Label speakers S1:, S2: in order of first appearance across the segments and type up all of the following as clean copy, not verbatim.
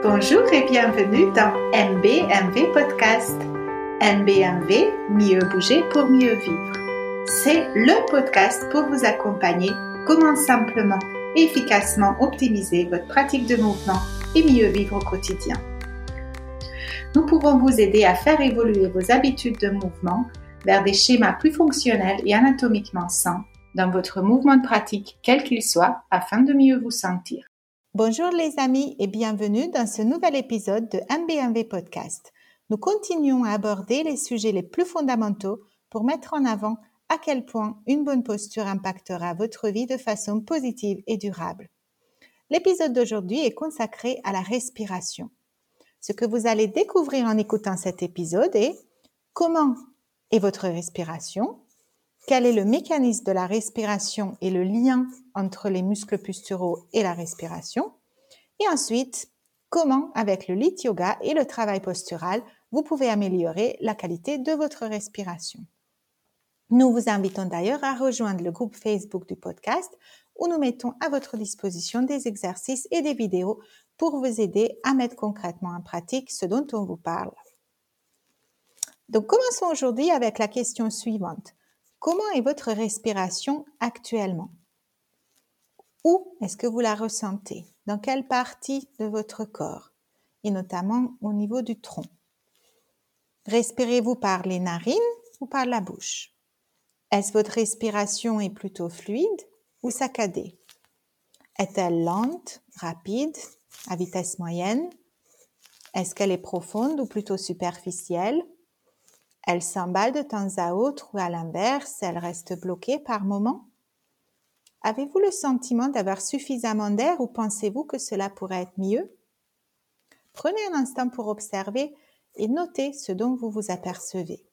S1: Bonjour et bienvenue dans MBMV Podcast. MBMV, mieux bouger pour mieux vivre. C'est le podcast pour vous accompagner comment simplement et efficacement optimiser votre pratique de mouvement et mieux vivre au quotidien. Nous pouvons vous aider à faire évoluer vos habitudes de mouvement vers des schémas plus fonctionnels et anatomiquement sains dans votre mouvement de pratique, quel qu'il soit, afin de mieux vous sentir. Bonjour les amis et bienvenue dans ce nouvel épisode de MBMV Podcast. Nous continuons à aborder les sujets les plus fondamentaux pour mettre en avant à quel point une bonne posture impactera votre vie de façon positive et durable. L'épisode d'aujourd'hui est consacré à la respiration. Ce que vous allez découvrir en écoutant cet épisode est comment est votre respiration, quel est le mécanisme de la respiration et le lien entre les muscles posturaux et la respiration, et ensuite, comment avec le Lit Yoga et le travail postural, vous pouvez améliorer la qualité de votre respiration. Nous vous invitons d'ailleurs à rejoindre le groupe Facebook du podcast où nous mettons à votre disposition des exercices et des vidéos pour vous aider à mettre concrètement en pratique ce dont on vous parle. Donc, commençons aujourd'hui avec la question suivante. Comment est votre respiration actuellement? Où est-ce que vous la ressentez? Dans quelle partie de votre corps? Et notamment au niveau du tronc. Respirez-vous par les narines ou par la bouche? Est-ce votre respiration est plutôt fluide ou saccadée? Est-elle lente, rapide, à vitesse moyenne? Est-ce qu'elle est profonde ou plutôt superficielle? Elle s'emballe de temps à autre ou à l'inverse, elle reste bloquée par moments? Avez-vous le sentiment d'avoir suffisamment d'air ou pensez-vous que cela pourrait être mieux? Prenez un instant pour observer et notez ce dont vous vous apercevez.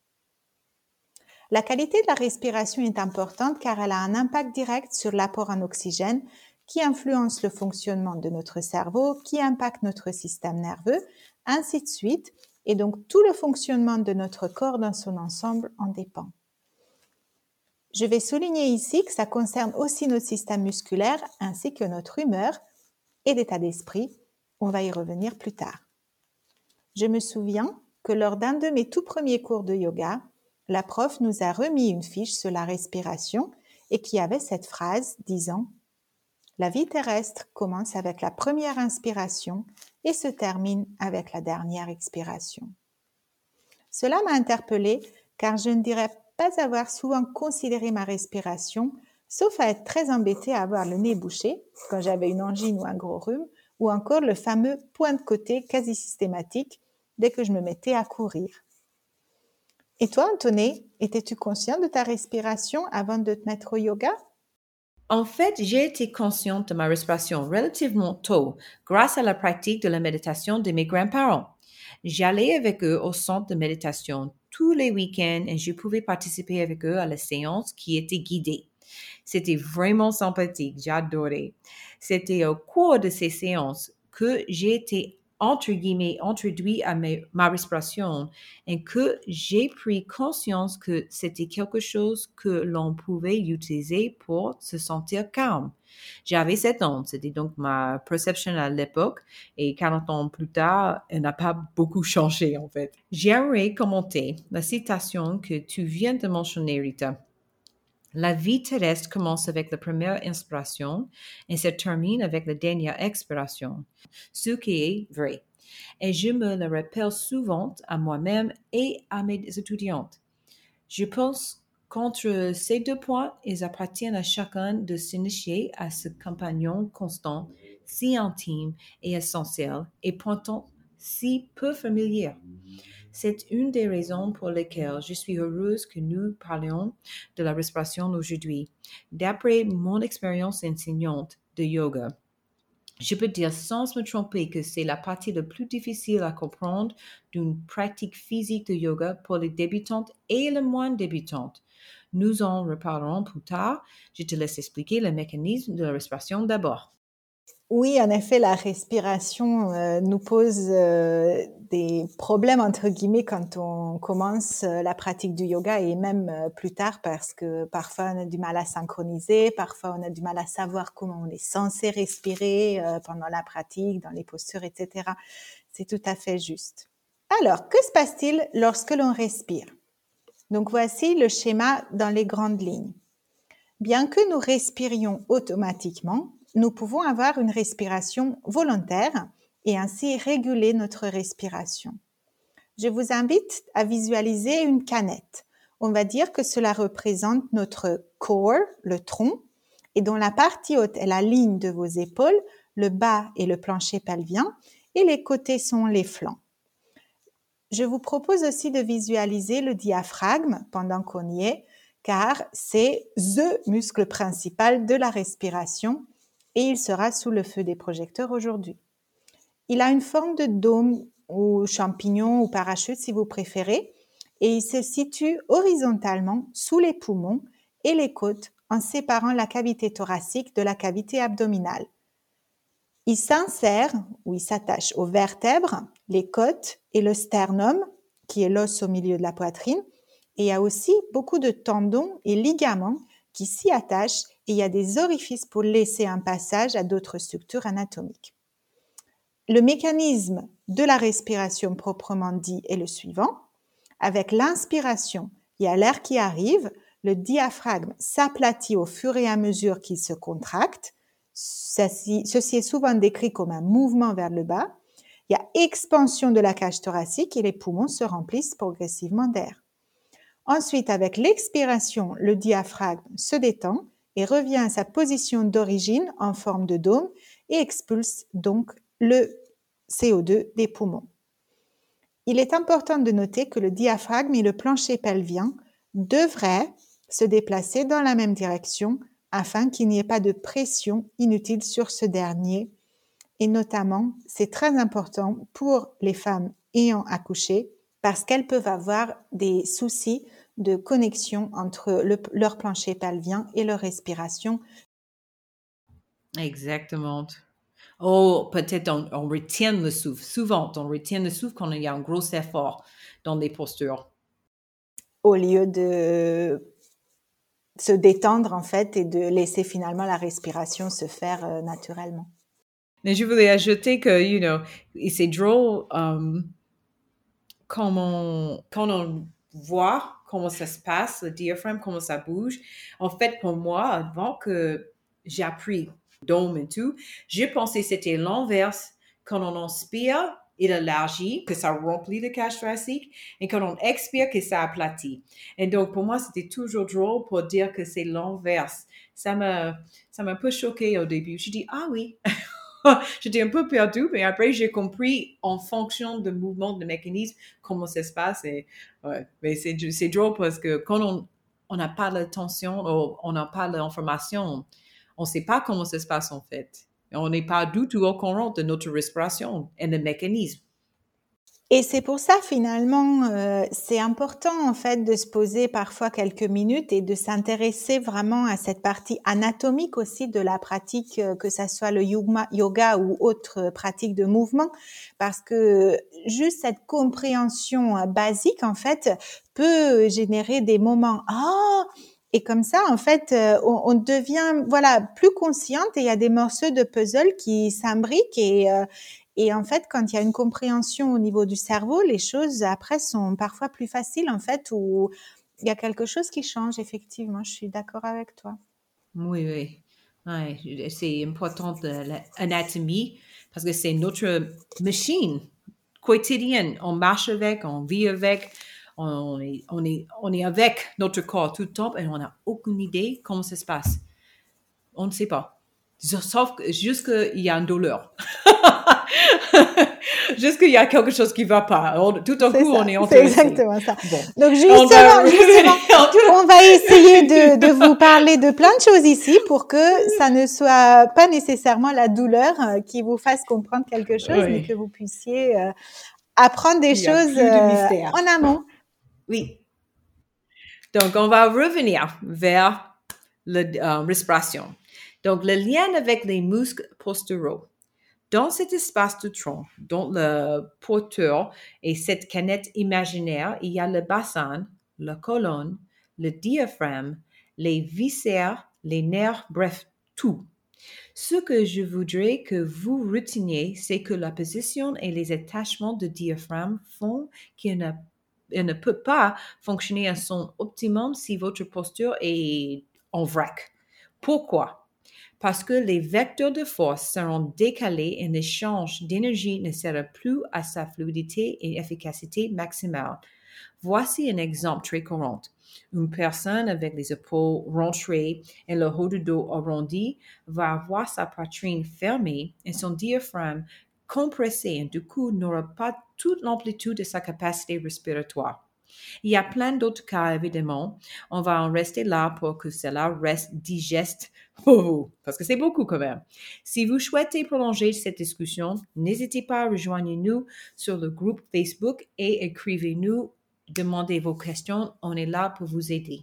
S1: La qualité de la respiration est importante car elle a un impact direct sur l'apport en oxygène qui influence le fonctionnement de notre cerveau, qui impacte notre système nerveux, ainsi de suite, et donc tout le fonctionnement de notre corps dans son ensemble en dépend. Je vais souligner ici que ça concerne aussi notre système musculaire ainsi que notre humeur et l'état d'esprit. On va y revenir plus tard. Je me souviens que lors d'un de mes tout premiers cours de yoga, la prof nous a remis une fiche sur la respiration et qui avait cette phrase disant « La vie terrestre commence avec la première inspiration et se termine avec la dernière expiration. » Cela m'a interpellée car je ne dirais pas avoir souvent considéré ma respiration, sauf à être très embêtée à avoir le nez bouché quand j'avais une angine ou un gros rhume, ou encore le fameux point de côté quasi systématique dès que je me mettais à courir. Et toi, Antoné, étais-tu conscient de ta respiration avant de te mettre au yoga?
S2: En fait, j'ai été consciente de ma respiration relativement tôt grâce à la pratique de la méditation de mes grands-parents. J'allais avec eux au centre de méditation tous les week-ends et je pouvais participer avec eux à la séance qui était guidée. C'était vraiment sympathique, j'adorais. C'était au cours de ces séances que j'ai été entre guillemets introduit à ma respiration et que j'ai pris conscience que c'était quelque chose que l'on pouvait utiliser pour se sentir calme. J'avais 7 ans, c'était donc ma perception à l'époque et 40 ans plus tard, elle n'a pas beaucoup changé en fait. J'aimerais commenter la citation que tu viens de mentionner, Rita. La vie terrestre commence avec la première inspiration et se termine avec la dernière expiration, ce qui est vrai. Et je me le rappelle souvent à moi-même et à mes étudiantes. Je pense qu'entre ces deux points, ils appartiennent à chacun de s'initier à ce compagnon constant, si intime et essentiel, et pourtant si peu familier. C'est une des raisons pour lesquelles je suis heureuse que nous parlions de la respiration aujourd'hui. D'après mon expérience enseignante de yoga, je peux dire sans me tromper que c'est la partie la plus difficile à comprendre d'une pratique physique de yoga pour les débutantes et les moins débutantes. Nous en reparlerons plus tard. Je te laisse expliquer le mécanisme de la respiration d'abord.
S1: Oui, en effet, la respiration nous pose des problèmes, entre guillemets, quand on commence la pratique du yoga et même plus tard parce que parfois on a du mal à synchroniser, parfois on a du mal à savoir comment on est censé respirer pendant la pratique, dans les postures, etc. C'est tout à fait juste. Alors, que se passe-t-il lorsque l'on respire? Donc, voici le schéma dans les grandes lignes. Bien que nous respirions automatiquement, nous pouvons avoir une respiration volontaire et ainsi réguler notre respiration. Je vous invite à visualiser une canette. On va dire que cela représente notre core, le tronc, et dont la partie haute est la ligne de vos épaules, le bas est le plancher pelvien, et les côtés sont les flancs. Je vous propose aussi de visualiser le diaphragme pendant qu'on y est, car c'est the muscle principal de la respiration et il sera sous le feu des projecteurs aujourd'hui. Il a une forme de dôme ou champignon ou parachute si vous préférez et il se situe horizontalement sous les poumons et les côtes en séparant la cavité thoracique de la cavité abdominale. Il s'insère ou il s'attache aux vertèbres, les côtes et le sternum, qui est l'os au milieu de la poitrine. Et il y a aussi beaucoup de tendons et ligaments qui s'y attachent et il y a des orifices pour laisser un passage à d'autres structures anatomiques. Le mécanisme de la respiration proprement dit est le suivant. Avec l'inspiration, il y a l'air qui arrive, le diaphragme s'aplatit au fur et à mesure qu'il se contracte. Ceci est souvent décrit comme un mouvement vers le bas. Il y a expansion de la cage thoracique et les poumons se remplissent progressivement d'air. Ensuite, avec l'expiration, le diaphragme se détend et revient à sa position d'origine en forme de dôme et expulse donc le CO2 des poumons. Il est important de noter que le diaphragme et le plancher pelvien devraient se déplacer dans la même direction afin qu'il n'y ait pas de pression inutile sur ce dernier. Et notamment, c'est très important pour les femmes ayant accouché parce qu'elles peuvent avoir des soucis de connexion entre leur plancher pelvien et leur respiration.
S2: Exactement. Oh, peut-être on retient le souffle. Souvent, on retient le souffle quand il y a un gros effort dans les postures.
S1: Au lieu de se détendre, en fait, et de laisser finalement la respiration se faire naturellement.
S2: Mais je voulais ajouter que, c'est drôle quand on voit comment ça se passe, le diaphragme, comment ça bouge. En fait, pour moi, avant que j'ai appris dôme et tout, je pensais que c'était l'inverse. Quand on inspire, il élargit, que ça remplit le cage thoracique, et quand on expire, que ça aplatit. Et donc, pour moi, c'était toujours drôle pour dire que c'est l'inverse. Ça m'a un peu choqué au début. Je dis, ah oui. J'étais un peu perdue, mais après, j'ai compris en fonction du mouvement, de mécanisme, comment ça se passe. Et, ouais, mais c'est drôle parce que quand on n'a pas l'attention, on n'a pas l'information, on ne sait pas comment ça se passe en fait. On n'est pas du tout au courant de notre respiration et le mécanisme.
S1: Et c'est pour ça finalement, c'est important en fait de se poser parfois quelques minutes et de s'intéresser vraiment à cette partie anatomique aussi de la pratique, que ça soit le yoga ou autre pratique de mouvement, parce que juste cette compréhension basique en fait peut générer des moments et comme ça en fait on devient voilà plus consciente et il y a des morceaux de puzzle qui s'imbriquent et en fait, quand il y a une compréhension au niveau du cerveau, les choses après sont parfois plus faciles en fait, où il y a quelque chose qui change effectivement. Je suis d'accord avec toi.
S2: Oui, oui. Ouais, c'est important l'anatomie parce que c'est notre machine quotidienne. On marche avec, on vit avec, on est avec notre corps tout le temps et on n'a aucune idée comment ça se passe. On ne sait pas. Sauf juste qu'il y a une douleur. Juste qu'il y a quelque chose qui ne va pas. Tout d'un coup, on est intéressé.
S1: C'est exactement ça.
S2: Bon.
S1: Donc justement, on va essayer de vous parler de plein de choses ici pour que ça ne soit pas nécessairement la douleur qui vous fasse comprendre quelque chose,
S2: Oui.
S1: mais que vous puissiez apprendre des choses en amont.
S2: Oui. Donc, on va revenir vers la respiration. Donc, le lien avec les muscles posturaux. Dans cet espace de tronc, dont le porteur est cette canette imaginaire, il y a le bassin, la colonne, le diaphragme, les viscères, les nerfs, bref, tout. Ce que je voudrais que vous reteniez, c'est que la position et les attachements de diaphragme font qu'il ne peut pas fonctionner à son optimum si votre posture est en vrac. Pourquoi? Parce que les vecteurs de force seront décalés et l'échange d'énergie ne sera plus à sa fluidité et efficacité maximale. Voici un exemple très courant. Une personne avec les épaules rentrées et le haut du dos arrondi va avoir sa poitrine fermée et son diaphragme compressé et du coup n'aura pas toute l'amplitude de sa capacité respiratoire. Il y a plein d'autres cas, évidemment. On va en rester là pour que cela reste digeste pour vous, parce que c'est beaucoup quand même. Si vous souhaitez prolonger cette discussion, n'hésitez pas à rejoindre nous sur le groupe Facebook et écrivez-nous, demandez vos questions, on est là pour vous aider.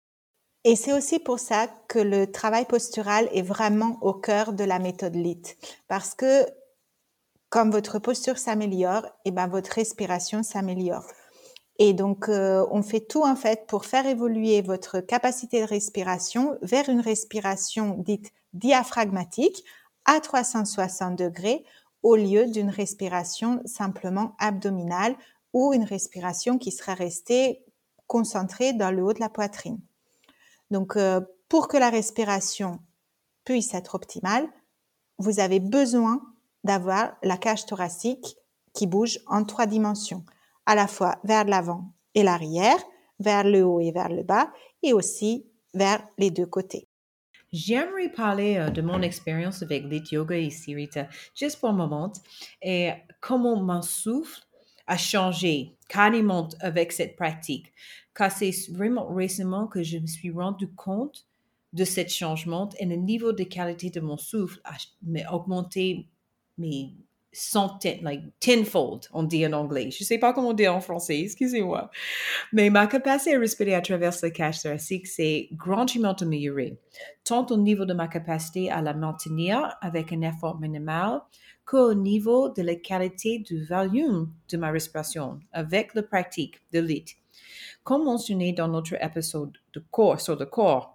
S1: Et c'est aussi pour ça que le travail postural est vraiment au cœur de la méthode LIT. Parce que comme votre posture s'améliore, et ben votre respiration s'améliore. Et donc, on fait tout en fait pour faire évoluer votre capacité de respiration vers une respiration dite diaphragmatique à 360 degrés au lieu d'une respiration simplement abdominale ou une respiration qui serait restée concentrée dans le haut de la poitrine. Donc, pour que la respiration puisse être optimale, vous avez besoin d'avoir la cage thoracique qui bouge en 3 dimensions, à la fois vers l'avant et l'arrière, vers le haut et vers le bas, et aussi vers les 2 côtés.
S2: J'aimerais parler de mon expérience avec Lit Yoga ici, Rita, juste pour un moment, et comment mon souffle a changé carrément avec cette pratique. Car c'est vraiment récemment que je me suis rendu compte de ce changement et le niveau de qualité de mon souffle a augmenté mais centaines, like tenfold, on dit en anglais. Je ne sais pas comment dire en français, excusez-moi. Mais ma capacité à respirer à travers la cage thoracique s'est grandement améliorée, tant au niveau de ma capacité à la maintenir avec un effort minimal qu'au niveau de la qualité du volume de ma respiration avec la pratique de LIT. Comme mentionné dans notre épisode de corps sur le corps,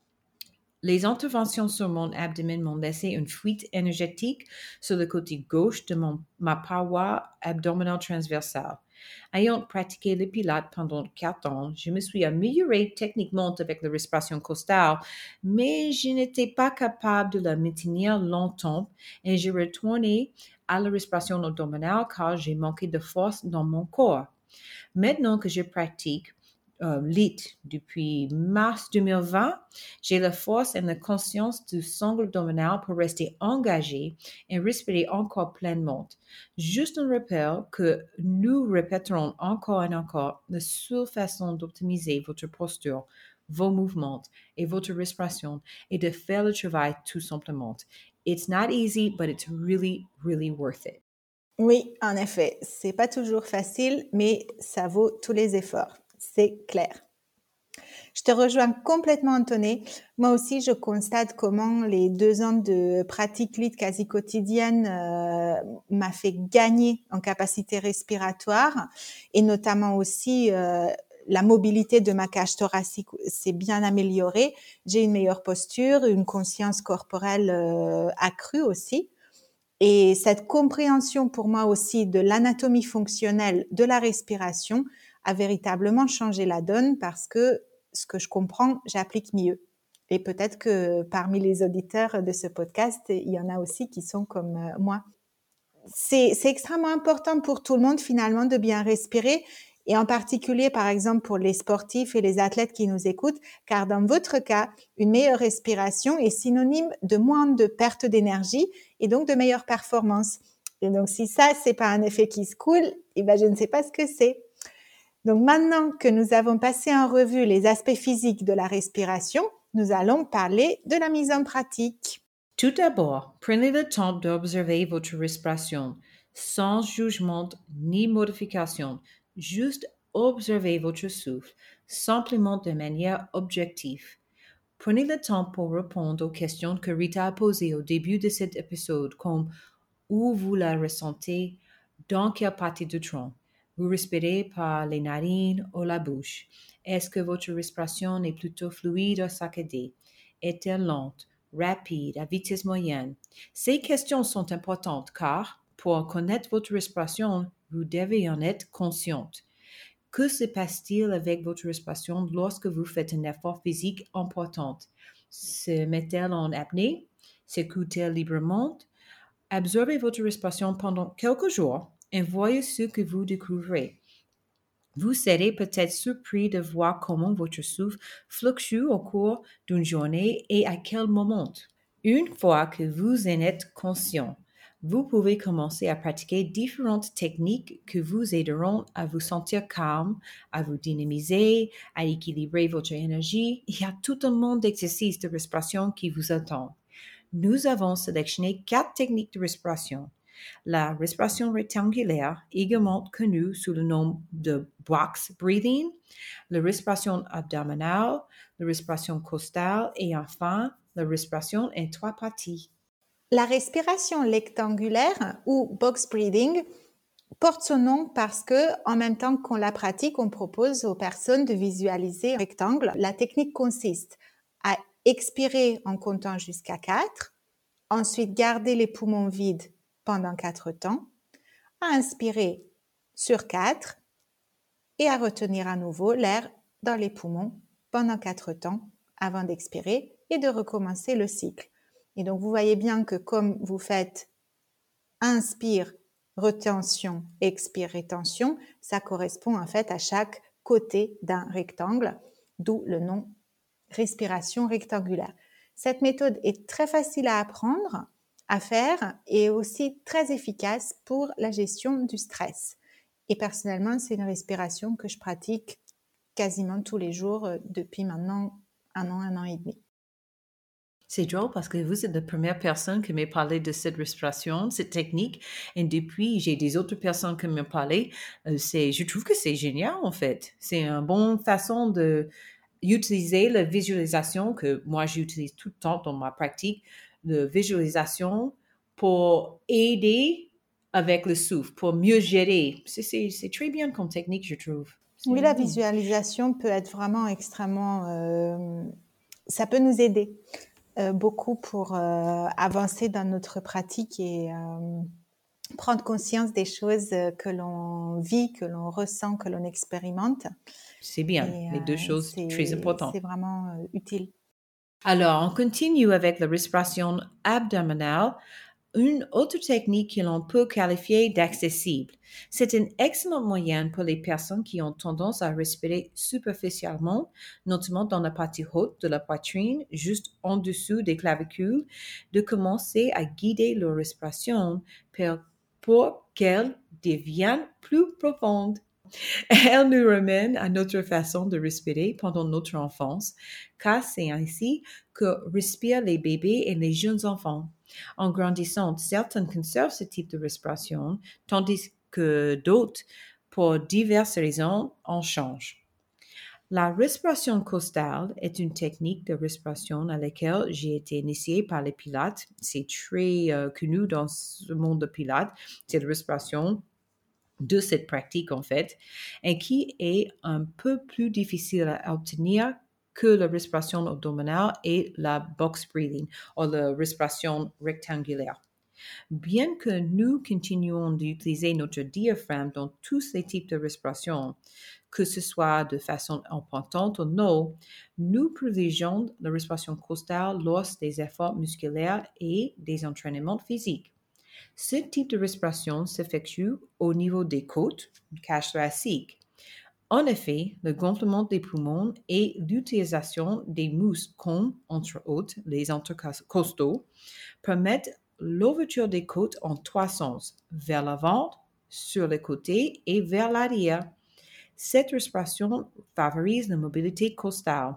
S2: les interventions sur mon abdomen m'ont laissé une fuite énergétique sur le côté gauche de ma paroi abdominale transversale. Ayant pratiqué le pilates pendant 4 ans, je me suis améliorée techniquement avec la respiration costale, mais je n'étais pas capable de la maintenir longtemps et j'ai retourné à la respiration abdominale car j'ai manqué de force dans mon corps. Maintenant que je pratique LIT depuis mars 2020, j'ai la force et la conscience du sangle abdominal pour rester engagé et respirer encore pleinement. Juste un rappel que nous répéterons encore et encore, la seule façon d'optimiser votre posture, vos mouvements et votre respiration est de faire le travail tout simplement. It's not easy, but it's really, really worth it.
S1: Oui, en effet, c'est pas toujours facile, mais ça vaut tous les efforts, c'est clair. Je te rejoins complètement, Antoné. Moi aussi, je constate comment les 2 ans de pratique LIT quasi quotidienne m'a fait gagner en capacité respiratoire et notamment aussi la mobilité de ma cage thoracique s'est bien améliorée. J'ai une meilleure posture, une conscience corporelle accrue aussi. Et cette compréhension pour moi aussi de l'anatomie fonctionnelle de la respiration a véritablement changé la donne parce que ce que je comprends, j'applique mieux. Et peut-être que parmi les auditeurs de ce podcast, il y en a aussi qui sont comme moi. C'est extrêmement important pour tout le monde finalement de bien respirer et en particulier par exemple pour les sportifs et les athlètes qui nous écoutent, car dans votre cas, une meilleure respiration est synonyme de moins de perte d'énergie et donc de meilleure performance. Et donc si ça, c'est pas un effet qui se coule, eh ben je ne sais pas ce que c'est. Donc maintenant que nous avons passé en revue les aspects physiques de la respiration, nous allons parler de la mise en pratique.
S2: Tout d'abord, prenez le temps d'observer votre respiration sans jugement ni modification. Juste observez votre souffle, simplement de manière objective. Prenez le temps pour répondre aux questions que Rita a posées au début de cet épisode, comme où vous la ressentez, dans quelle partie du tronc. Vous respirez par les narines ou la bouche. Est-ce que votre respiration est plutôt fluide ou saccadée? Est-elle lente, rapide, à vitesse moyenne? Ces questions sont importantes car, pour connaître votre respiration, vous devez en être consciente. Que se passe-t-il avec votre respiration lorsque vous faites un effort physique important? Se met-elle en apnée? S'écoute-t-elle librement? Observez votre respiration pendant quelques jours et voyez ce que vous découvrez. Vous serez peut-être surpris de voir comment votre souffle fluctue au cours d'une journée et à quel moment. Une fois que vous en êtes conscient, vous pouvez commencer à pratiquer différentes techniques qui vous aideront à vous sentir calme, à vous dynamiser, à équilibrer votre énergie. Il y a tout un monde d'exercices de respiration qui vous attend. Nous avons sélectionné 4 techniques de respiration. La respiration rectangulaire, également connue sous le nom de box breathing, la respiration abdominale, la respiration costale et enfin la respiration en 3 parties.
S1: La respiration rectangulaire ou box breathing porte son nom parce que, en même temps qu'on la pratique, on propose aux personnes de visualiser un rectangle. La technique consiste à expirer en comptant jusqu'à 4, ensuite garder les poumons vides pendant 4 temps, à inspirer sur 4 et à retenir à nouveau l'air dans les poumons pendant 4 temps avant d'expirer et de recommencer le cycle. Et donc, vous voyez bien que comme vous faites inspire, retention, expire, rétention, ça correspond en fait à chaque côté d'un rectangle, d'où le nom respiration rectangulaire. Cette méthode est très facile à apprendre, à faire et aussi très efficace pour la gestion du stress. Et personnellement, c'est une respiration que je pratique quasiment tous les jours depuis maintenant un an et demi.
S2: C'est drôle parce que vous êtes la première personne qui m'a parlé de cette respiration, cette technique. Et depuis, j'ai des autres personnes qui m'ont parlé. Je trouve que c'est génial, en fait. C'est une bonne façon d'utiliser la visualisation que moi, j'utilise tout le temps dans ma pratique, la visualisation pour aider avec le souffle, pour mieux gérer. C'est très bien comme technique, je trouve.
S1: Oui, la visualisation peut être vraiment extrêmement... ça peut nous aider beaucoup pour avancer dans notre pratique et prendre conscience des choses que l'on vit, que l'on ressent, que l'on expérimente.
S2: C'est bien,
S1: Et,
S2: les deux choses très importantes.
S1: C'est vraiment utile.
S2: Alors, on continue avec la respiration abdominale, une autre technique que l'on peut qualifier d'accessible. C'est un excellent moyen pour les personnes qui ont tendance à respirer superficiellement, notamment dans la partie haute de la poitrine, juste en dessous des clavicules, de commencer à guider leur respiration pour qu'elle devienne plus profonde. Elle nous ramène à notre façon de respirer pendant notre enfance, car c'est ainsi que respirent les bébés et les jeunes enfants. En grandissant, certains conservent ce type de respiration, tandis que d'autres, pour diverses raisons, en changent. La respiration costale est une technique de respiration à laquelle j'ai été initiée par les Pilates. C'est très connu dans ce monde de Pilates. C'est la respiration de cette pratique, en fait, et qui est un peu plus difficile à obtenir que la respiration abdominale et la box breathing, ou la respiration rectangulaire. Bien que nous continuons d'utiliser notre diaphragme dans tous les types de respiration, que ce soit de façon importante ou non, nous privilégions la respiration costale lors des efforts musculaires et des entraînements physiques. Ce type de respiration s'effectue au niveau des côtes, cage thoracique. En effet, le gonflement des poumons et l'utilisation des muscles comme, entre autres, les intercostaux, permettent l'ouverture des côtes en 3 sens, vers l'avant, sur les côtés et vers l'arrière. Cette respiration favorise la mobilité costale.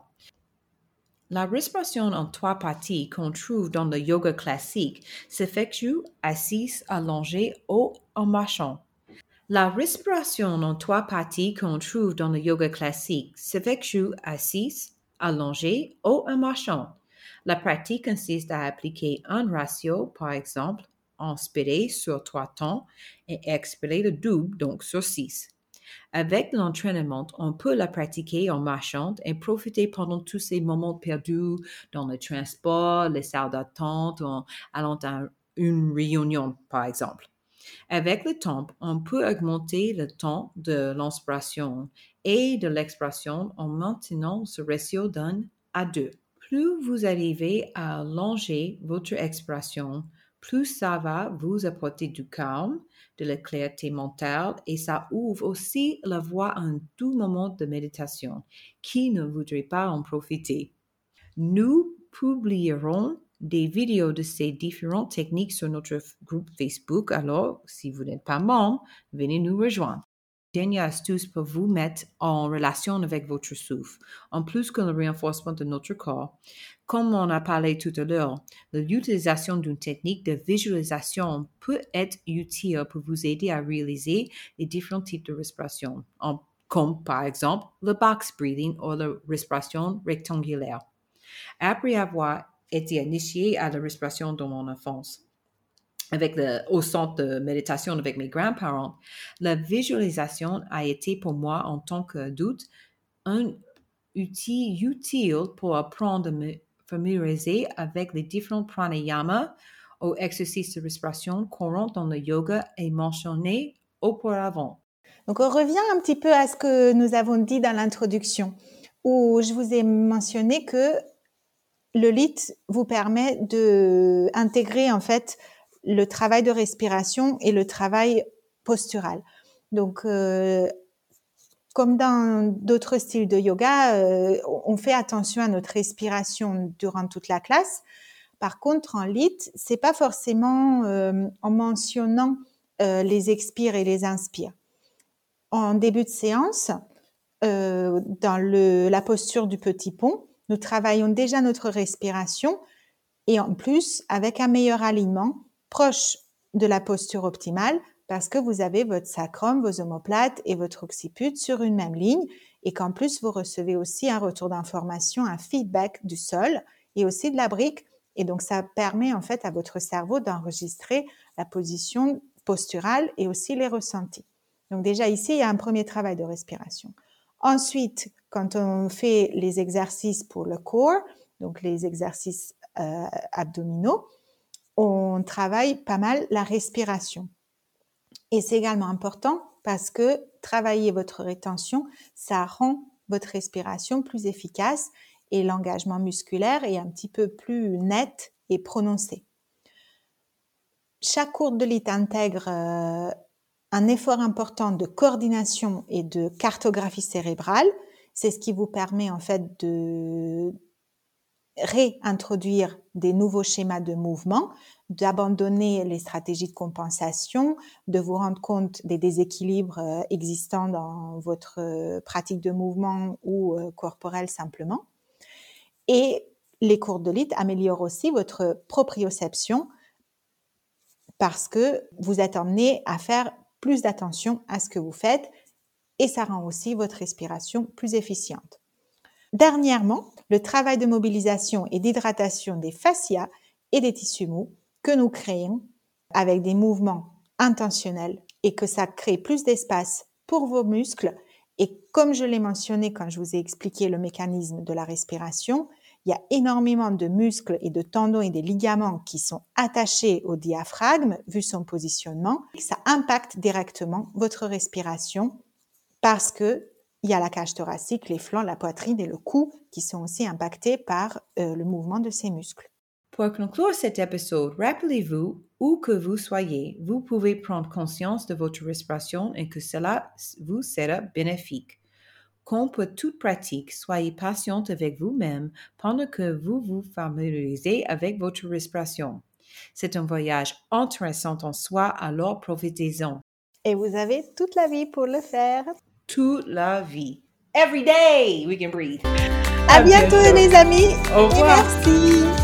S2: La respiration en 3 parties qu'on trouve dans le yoga classique s'effectue assise, allongée ou en marchant. La respiration en 3 parties qu'on trouve dans le yoga classique s'effectue assise, allongée ou en marchant. La pratique consiste à appliquer un ratio, par exemple, inspirer sur 3 temps et expirer le double, donc sur 6. Avec l'entraînement, on peut la pratiquer en marchant et profiter pendant tous ces moments perdus dans le transport, les salles d'attente, en allant à une réunion, par exemple. Avec le temps, on peut augmenter le temps de l'inspiration et de l'expression en maintenant ce ratio d'1 à 2. Plus vous arrivez à allonger votre expression, plus ça va vous apporter du calme, de la clarté mentale et ça ouvre aussi la voie à un doux moment de méditation. Qui ne voudrait pas en profiter? Nous publierons des vidéos de ces différentes techniques sur notre groupe Facebook. Alors, si vous n'êtes pas membre, venez nous rejoindre. Dernière astuce pour vous mettre en relation avec votre souffle. En plus que le renforcement de notre corps, comme on a parlé tout à l'heure, l'utilisation d'une technique de visualisation peut être utile pour vous aider à réaliser les différents types de respiration, comme par exemple le box breathing ou la respiration rectangulaire. Après avoir été initiée à la respiration dans mon enfance, au centre de méditation avec mes grands-parents, la visualisation a été pour moi en tant qu'adulte un outil utile pour apprendre à me familiariser avec les différents pranayamas ou exercices de respiration courants dans le yoga et mentionnés auparavant.
S1: Donc, on revient un petit peu à ce que nous avons dit dans l'introduction, où je vous ai mentionné que le LIT vous permet d'intégrer en fait le travail de respiration et le travail postural. Donc, comme dans d'autres styles de yoga, on fait attention à notre respiration durant toute la classe. Par contre, en LIT, c'est pas forcément en mentionnant les expires et les inspires. En début de séance, dans la posture du petit pont, nous travaillons déjà notre respiration et en plus avec un meilleur alignement proche de la posture optimale parce que vous avez votre sacrum, vos omoplates et votre occiput sur une même ligne et qu'en plus vous recevez aussi un retour d'information, un feedback du sol et aussi de la brique. Et donc ça permet en fait à votre cerveau d'enregistrer la position posturale et aussi les ressentis. Donc déjà ici, il y a un premier travail de respiration. Ensuite, quand on fait les exercices pour le core, donc les exercices abdominaux, on travaille pas mal la respiration. Et c'est également important parce que travailler votre rétention, ça rend votre respiration plus efficace et l'engagement musculaire est un petit peu plus net et prononcé. Chaque cours de LIT intègre un effort important de coordination et de cartographie cérébrale. C'est ce qui vous permet en fait de réintroduire des nouveaux schémas de mouvement, d'abandonner les stratégies de compensation, de vous rendre compte des déséquilibres existants dans votre pratique de mouvement ou corporelle simplement. Et les cours de LIT améliorent aussi votre proprioception parce que vous êtes emmené à faire plus d'attention à ce que vous faites et ça rend aussi votre respiration plus efficiente. Dernièrement, le travail de mobilisation et d'hydratation des fascias et des tissus mous que nous créons avec des mouvements intentionnels et que ça crée plus d'espace pour vos muscles. Et comme je l'ai mentionné quand je vous ai expliqué le mécanisme de la respiration, il y a énormément de muscles et de tendons et des ligaments qui sont attachés au diaphragme vu son positionnement. Ça impacte directement votre respiration parce que il y a la cage thoracique, les flancs, la poitrine et le cou qui sont aussi impactés par le mouvement de ces muscles.
S2: Pour conclure cet épisode, rappelez-vous, où que vous soyez, vous pouvez prendre conscience de votre respiration et que cela vous sera bénéfique. Comme pour toute pratique, soyez patiente avec vous-même pendant que vous vous familiarisez avec votre respiration. C'est un voyage intéressant en soi, alors profitez-en.
S1: Et vous avez toute la vie pour le faire.
S2: Toute la vie. Every day we can breathe.
S1: À bientôt les amis.
S2: Au revoir.
S1: Et merci.